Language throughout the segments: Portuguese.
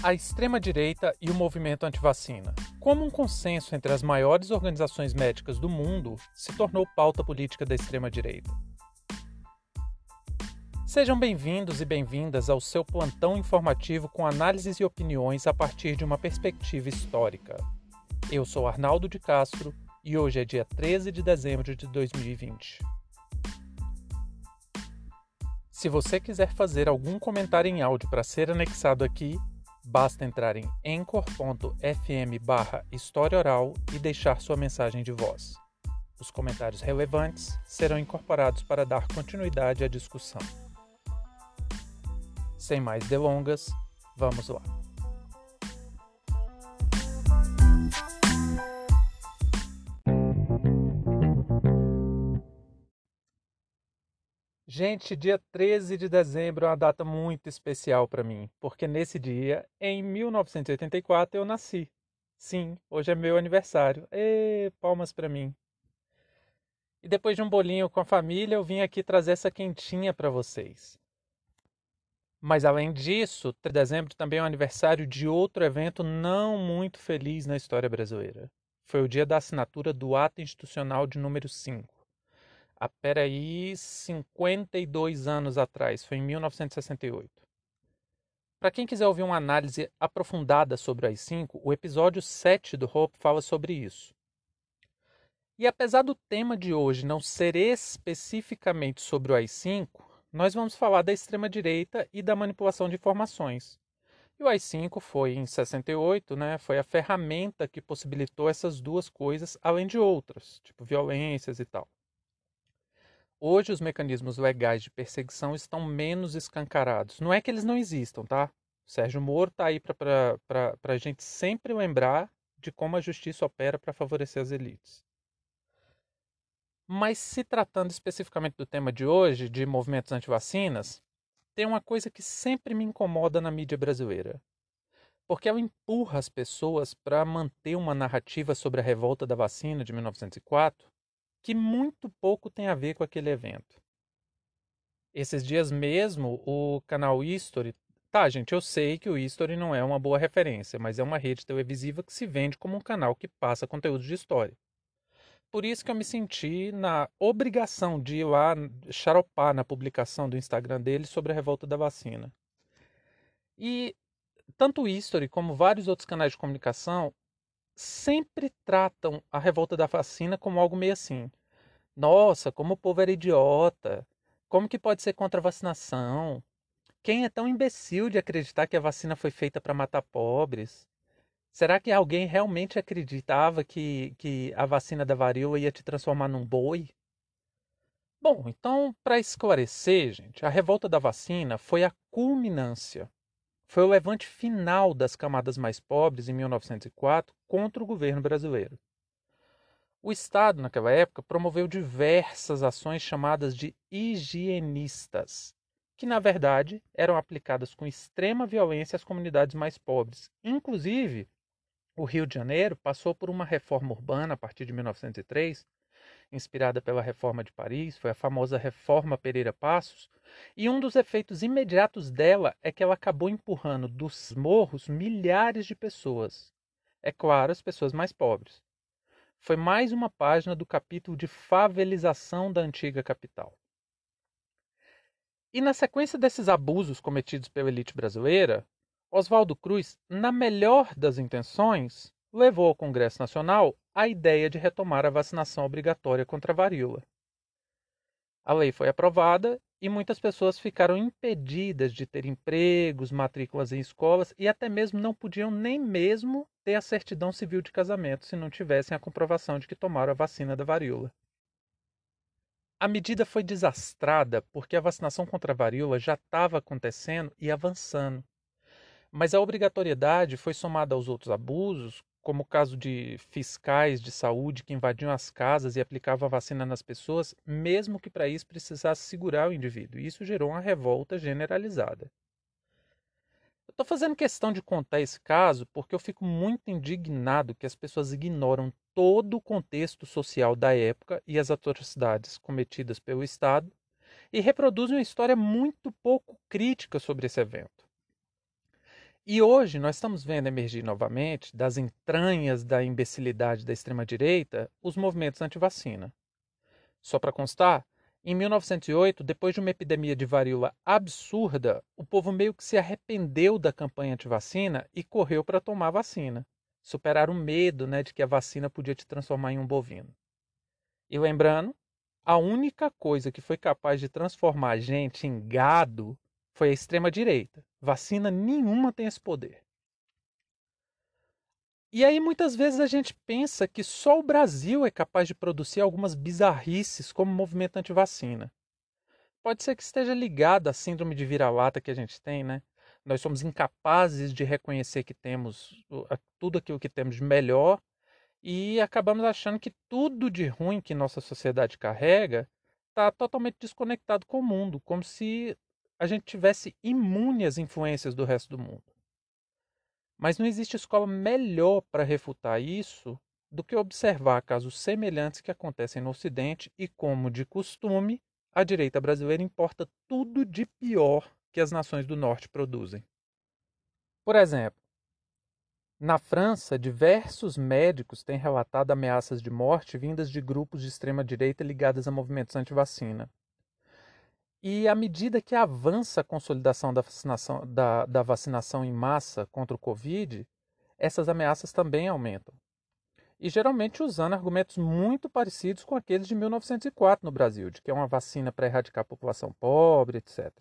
A extrema-direita e o movimento antivacina. Como um consenso entre as maiores organizações médicas do mundo se tornou pauta política da extrema-direita. Sejam bem-vindos e bem-vindas ao seu plantão informativo com análises e opiniões a partir de uma perspectiva histórica. Eu sou Arnaldo de Castro e hoje é dia 13 de dezembro de 2020. Se você quiser fazer algum comentário em áudio para ser anexado aqui, basta entrar em anchor.fm/historiaoral e deixar sua mensagem de voz. Os comentários relevantes serão incorporados para dar continuidade à discussão. Sem mais delongas, vamos lá. Gente, dia 13 de dezembro é uma data muito especial para mim, porque nesse dia, em 1984, eu nasci. Sim, hoje é meu aniversário. Palmas para mim. E depois de um bolinho com a família, eu vim aqui trazer essa quentinha para vocês. Mas além disso, 3 de dezembro também é o aniversário de outro evento não muito feliz na história brasileira. Foi o dia da assinatura do Ato Institucional de número 5. Peraí, 52 anos atrás, foi em 1968. Para quem quiser ouvir uma análise aprofundada sobre o AI-5, o episódio 7 do Hope fala sobre isso. E apesar do tema de hoje não ser especificamente sobre o AI-5, nós vamos falar da extrema-direita e da manipulação de informações. E o AI-5 foi, em 68, foi a ferramenta que possibilitou essas duas coisas, além de outras, tipo violências e tal. Hoje os mecanismos legais de perseguição estão menos escancarados. Não é que eles não existam, tá? O Sérgio Moro está aí para a gente sempre lembrar de como a justiça opera para favorecer as elites. Mas se tratando especificamente do tema de hoje, de movimentos antivacinas, tem uma coisa que sempre me incomoda na mídia brasileira. Porque ela empurra as pessoas para manter uma narrativa sobre a revolta da vacina de 1904 que muito pouco tem a ver com aquele evento. Esses dias mesmo, o canal History... Tá, gente, eu sei que o History não é uma boa referência, mas é uma rede televisiva que se vende como um canal que passa conteúdo de história. Por isso que eu me senti na obrigação de ir lá xaropar na publicação do Instagram dele sobre a revolta da vacina. E tanto o History como vários outros canais de comunicação sempre tratam a revolta da vacina como algo meio assim. Nossa, como o povo era idiota. Como que pode ser contra a vacinação? Quem é tão imbecil de acreditar que a vacina foi feita para matar pobres? Será que alguém realmente acreditava que a vacina da varíola ia te transformar num boi? Bom, então, para esclarecer, gente, a revolta da vacina foi a culminância. Foi o levante final das camadas mais pobres em 1904 contra o governo brasileiro. O Estado, naquela época, promoveu diversas ações chamadas de higienistas, que, na verdade, eram aplicadas com extrema violência às comunidades mais pobres. Inclusive, o Rio de Janeiro passou por uma reforma urbana a partir de 1903, inspirada pela Reforma de Paris, foi a famosa Reforma Pereira Passos, e um dos efeitos imediatos dela é que ela acabou empurrando dos morros milhares de pessoas. É claro, as pessoas mais pobres. Foi mais uma página do capítulo de favelização da antiga capital. E na sequência desses abusos cometidos pela elite brasileira, Oswaldo Cruz, na melhor das intenções, levou ao Congresso Nacional a ideia de retomar a vacinação obrigatória contra a varíola. A lei foi aprovada e muitas pessoas ficaram impedidas de ter empregos, matrículas em escolas e até mesmo não podiam nem mesmo ter a certidão civil de casamento se não tivessem a comprovação de que tomaram a vacina da varíola. A medida foi desastrada porque a vacinação contra a varíola já estava acontecendo e avançando. Mas a obrigatoriedade foi somada aos outros abusos, como o caso de fiscais de saúde que invadiam as casas e aplicavam a vacina nas pessoas, mesmo que para isso precisasse segurar o indivíduo. E isso gerou uma revolta generalizada. Eu estou fazendo questão de contar esse caso porque eu fico muito indignado que as pessoas ignoram todo o contexto social da época e as atrocidades cometidas pelo Estado e reproduzem uma história muito pouco crítica sobre esse evento. E hoje nós estamos vendo emergir novamente, das entranhas da imbecilidade da extrema-direita, os movimentos anti-vacina. Só para constar, em 1908, depois de uma epidemia de varíola absurda, o povo meio que se arrependeu da campanha anti-vacina e correu para tomar a vacina. Superar o medo, né, de que a vacina podia te transformar em um bovino. E lembrando, a única coisa que foi capaz de transformar a gente em gado foi a extrema-direita. Vacina nenhuma tem esse poder. E aí muitas vezes a gente pensa que só o Brasil é capaz de produzir algumas bizarrices como o movimento anti-vacina. Pode ser que esteja ligado à síndrome de vira-lata que a gente tem, né? Nós somos incapazes de reconhecer que temos tudo aquilo que temos de melhor e acabamos achando que tudo de ruim que nossa sociedade carrega está totalmente desconectado com o mundo, como se a gente tivesse imune às influências do resto do mundo. Mas não existe escola melhor para refutar isso do que observar casos semelhantes que acontecem no Ocidente e, como de costume, a direita brasileira importa tudo de pior que as nações do Norte produzem. Por exemplo, na França, diversos médicos têm relatado ameaças de morte vindas de grupos de extrema-direita ligados a movimentos anti-vacina. E à medida que avança a consolidação da vacinação em massa contra o Covid, essas ameaças também aumentam. E geralmente usando argumentos muito parecidos com aqueles de 1904 no Brasil, de que é uma vacina para erradicar a população pobre, etc.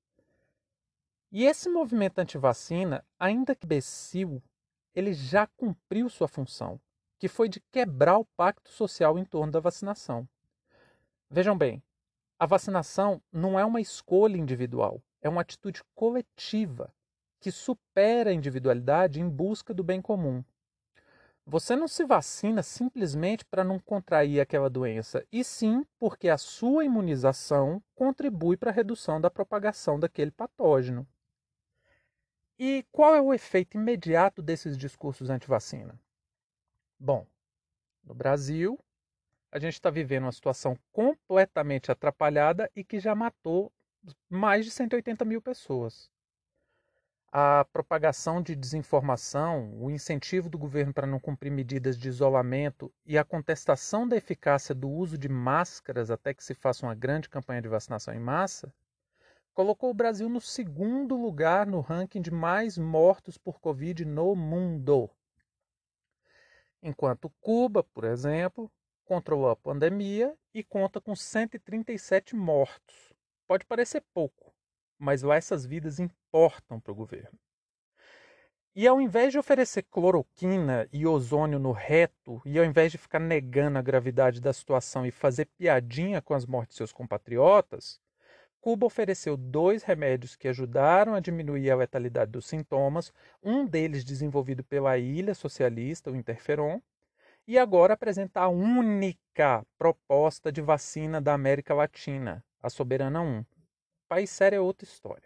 E esse movimento anti-vacina, ainda que imbecil, ele já cumpriu sua função, que foi de quebrar o pacto social em torno da vacinação. Vejam bem, a vacinação não é uma escolha individual, é uma atitude coletiva que supera a individualidade em busca do bem comum. Você não se vacina simplesmente para não contrair aquela doença, e sim porque a sua imunização contribui para a redução da propagação daquele patógeno. E qual é o efeito imediato desses discursos anti-vacina? Bom, no Brasil, a gente está vivendo uma situação completamente atrapalhada e que já matou mais de 180 mil pessoas. A propagação de desinformação, o incentivo do governo para não cumprir medidas de isolamento e a contestação da eficácia do uso de máscaras até que se faça uma grande campanha de vacinação em massa, colocou o Brasil no segundo lugar no ranking de mais mortos por Covid no mundo. Enquanto Cuba, por exemplo, controlou a pandemia e conta com 137 mortos. Pode parecer pouco, mas lá essas vidas importam para o governo. E ao invés de oferecer cloroquina e ozônio no reto, e ao invés de ficar negando a gravidade da situação e fazer piadinha com as mortes de seus compatriotas, Cuba ofereceu 2 remédios que ajudaram a diminuir a letalidade dos sintomas, um deles desenvolvido pela ilha socialista, o Interferon, e agora apresenta a única proposta de vacina da América Latina, a Soberana 1. País sério é outra história.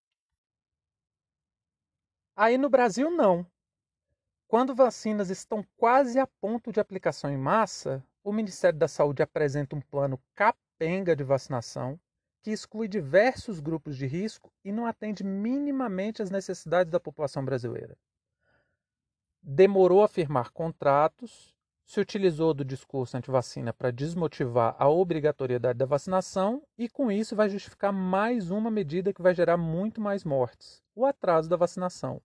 Aí no Brasil, não. Quando vacinas estão quase a ponto de aplicação em massa, o Ministério da Saúde apresenta um plano capenga de vacinação que exclui diversos grupos de risco e não atende minimamente às necessidades da população brasileira. Demorou a firmar contratos, se utilizou do discurso anti-vacina para desmotivar a obrigatoriedade da vacinação e, com isso, vai justificar mais uma medida que vai gerar muito mais mortes: o atraso da vacinação.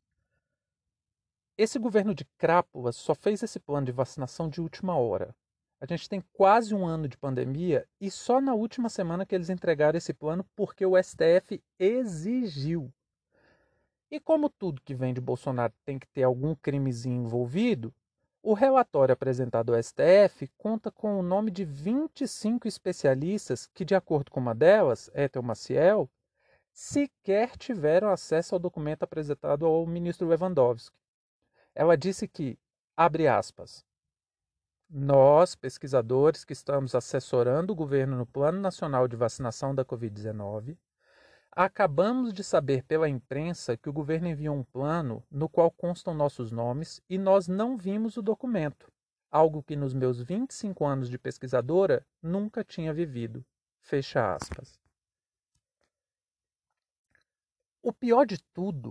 Esse governo de crápulas só fez esse plano de vacinação de última hora. A gente tem quase um ano de pandemia e só na última semana que eles entregaram esse plano porque o STF exigiu. E como tudo que vem de Bolsonaro tem que ter algum crimezinho envolvido, o relatório apresentado ao STF conta com o nome de 25 especialistas que, de acordo com uma delas, Ethel Maciel, sequer tiveram acesso ao documento apresentado ao ministro Lewandowski. Ela disse que, abre aspas, nós, pesquisadores que estamos assessorando o governo no Plano Nacional de Vacinação da Covid-19, acabamos de saber pela imprensa que o governo enviou um plano no qual constam nossos nomes e nós não vimos o documento, algo que nos meus 25 anos de pesquisadora nunca tinha vivido. Fecha aspas. O pior de tudo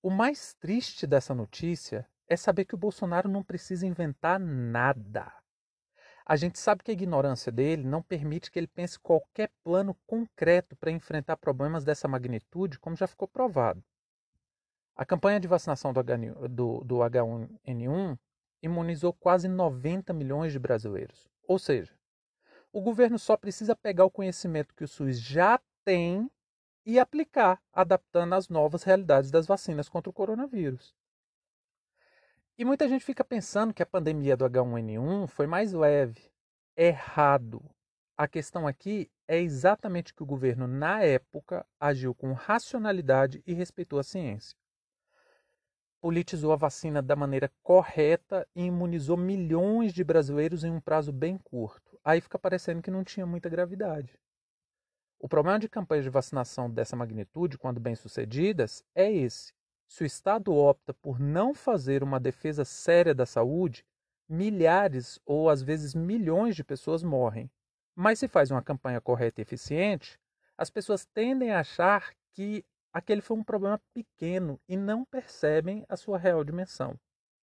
O mais triste dessa notícia é saber que o Bolsonaro não precisa inventar nada. A gente sabe que a ignorância dele não permite que ele pense qualquer plano concreto para enfrentar problemas dessa magnitude, como já ficou provado. A campanha de vacinação do H1N1 imunizou quase 90 milhões de brasileiros. Ou seja, o governo só precisa pegar o conhecimento que o SUS já tem e aplicar, adaptando às novas realidades das vacinas contra o coronavírus. E muita gente fica pensando que a pandemia do H1N1 foi mais leve. Errado. A questão aqui é exatamente que o governo, na época, agiu com racionalidade e respeitou a ciência. Politizou a vacina da maneira correta e imunizou milhões de brasileiros em um prazo bem curto. Aí fica parecendo que não tinha muita gravidade. O problema de campanhas de vacinação dessa magnitude, quando bem-sucedidas, é esse. Se o Estado opta por não fazer uma defesa séria da saúde, milhares ou às vezes milhões de pessoas morrem. Mas se faz uma campanha correta e eficiente, as pessoas tendem a achar que aquele foi um problema pequeno e não percebem a sua real dimensão.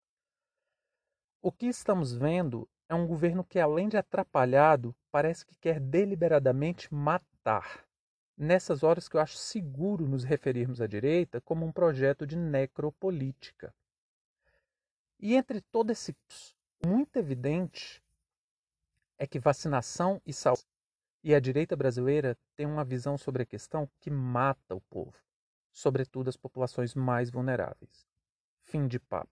O que estamos vendo é um governo que, além de atrapalhado, parece que quer deliberadamente matar. Nessas horas que eu acho seguro nos referirmos à direita como um projeto de necropolítica. E entre todo esse muito evidente é que vacinação e saúde e a direita brasileira tem uma visão sobre a questão que mata o povo, sobretudo as populações mais vulneráveis. Fim de papo.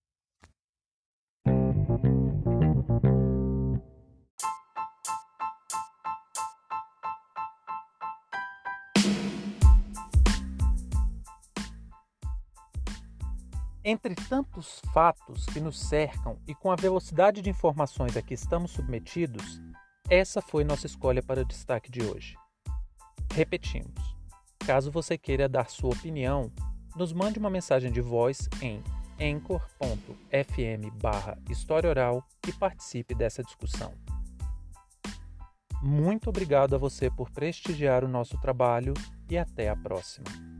Entre tantos fatos que nos cercam e com a velocidade de informações a que estamos submetidos, essa foi nossa escolha para o destaque de hoje. Repetimos, caso você queira dar sua opinião, nos mande uma mensagem de voz em anchor.fm/História Oral e participe dessa discussão. Muito obrigado a você por prestigiar o nosso trabalho e até a próxima.